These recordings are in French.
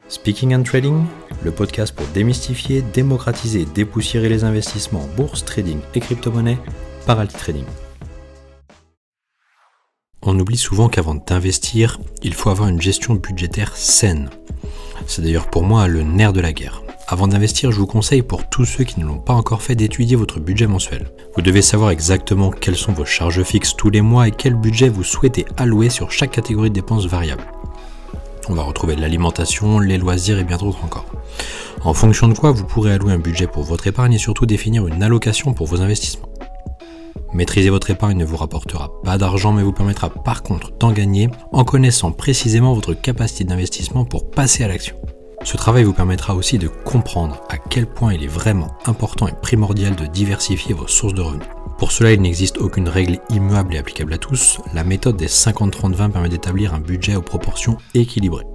Speaking and Trading, le podcast pour démystifier, démocratiser et dépoussiérer les investissements en bourse, trading et crypto-monnaie par Altitrading. On oublie souvent qu'avant d'investir, il faut avoir une gestion budgétaire saine. C'est d'ailleurs pour moi le nerf de la guerre. Avant d'investir, je vous conseille pour tous ceux qui ne l'ont pas encore fait d'étudier votre budget mensuel. Vous devez savoir exactement quelles sont vos charges fixes tous les mois et quel budget vous souhaitez allouer sur chaque catégorie de dépenses variables. On va retrouver l'alimentation, les loisirs et bien d'autres encore. En fonction de quoi, vous pourrez allouer un budget pour votre épargne et surtout définir une allocation pour vos investissements. Maîtriser votre épargne ne vous rapportera pas d'argent mais vous permettra par contre d'en gagner en connaissant précisément votre capacité d'investissement pour passer à l'action. Ce travail vous permettra aussi de comprendre à quel point il est vraiment important et primordial de diversifier vos sources de revenus. Pour cela, il n'existe aucune règle immuable et applicable à tous. La méthode des 50-30-20 permet d'établir un budget aux proportions équilibrées.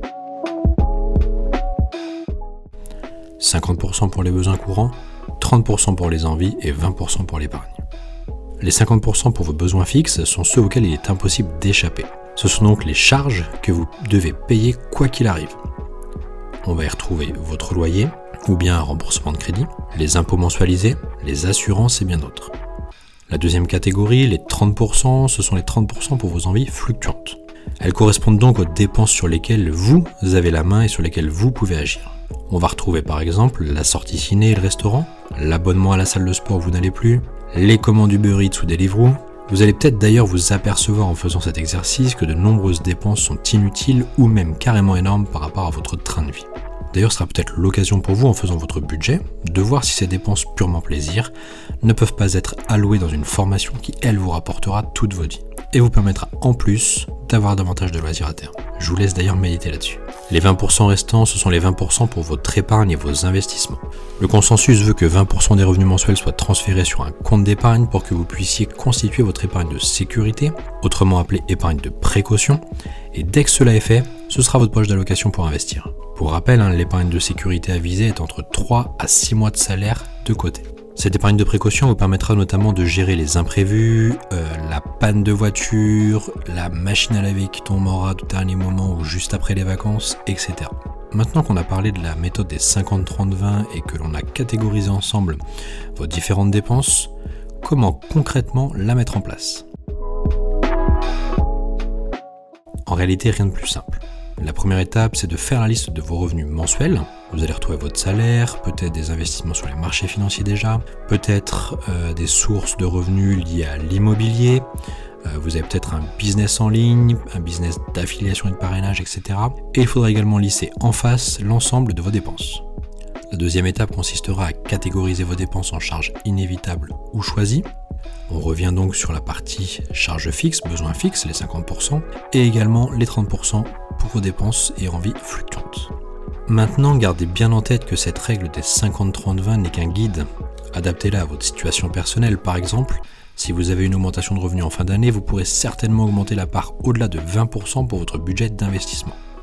50% pour les besoins courants, 30% pour les envies et 20% pour l'épargne. Les 50% pour vos besoins fixes sont ceux auxquels il est impossible d'échapper. Ce sont donc les charges que vous devez payer quoi qu'il arrive. On va y retrouver votre loyer ou bien un remboursement de crédit, les impôts mensualisés, les assurances et bien d'autres. La deuxième catégorie, les 30%, ce sont les 30% pour vos envies fluctuantes. Elles correspondent donc aux dépenses sur lesquelles vous avez la main et sur lesquelles vous pouvez agir. On va retrouver par exemple la sortie ciné et le restaurant, l'abonnement à la salle de sport où vous n'allez plus, les commandes Uber Eats ou Deliveroo. Vous allez peut-être d'ailleurs vous apercevoir en faisant cet exercice que de nombreuses dépenses sont inutiles ou même carrément énormes par rapport à votre train de vie. D'ailleurs, ce sera peut-être l'occasion pour vous, en faisant votre budget, de voir si ces dépenses purement plaisir ne peuvent pas être allouées dans une formation qui, elle, vous rapportera toute votre vie et vous permettra en plus d'avoir davantage de loisirs à terme. Je vous laisse d'ailleurs méditer là-dessus. Les 20% restants, ce sont les 20% pour votre épargne et vos investissements. Le consensus veut que 20% des revenus mensuels soient transférés sur un compte d'épargne pour que vous puissiez constituer votre épargne de sécurité, autrement appelée épargne de précaution, et dès que cela est fait, ce sera votre poche d'allocation pour investir. Pour rappel, l'épargne de sécurité à viser est entre 3 à 6 mois de salaire de côté. Cette épargne de précaution vous permettra notamment de gérer les imprévus, la panne de voiture, la machine à laver qui tombe en rade au dernier moment ou juste après les vacances, etc. Maintenant qu'on a parlé de la méthode des 50-30-20 et que l'on a catégorisé ensemble vos différentes dépenses, comment concrètement la mettre en place ? En réalité, rien de plus simple. La première étape, c'est de faire la liste de vos revenus mensuels. Vous allez retrouver votre salaire, peut-être des investissements sur les marchés financiers déjà, peut-être des sources de revenus liées à l'immobilier, vous avez peut-être un business en ligne, un business d'affiliation et de parrainage, etc. Et il faudra également lisser en face l'ensemble de vos dépenses. La deuxième étape consistera à catégoriser vos dépenses en charges inévitables ou choisies. On revient donc sur la partie charges fixes, besoins fixes, les 50%, et également les 30% pour vos dépenses et envies fluctuantes. Maintenant, gardez bien en tête que cette règle des 50-30-20 n'est qu'un guide. Adaptez-la à votre situation personnelle. Par exemple, si vous avez une augmentation de revenus en fin d'année, vous pourrez certainement augmenter la part au-delà de 20% pour votre budget d'investissement.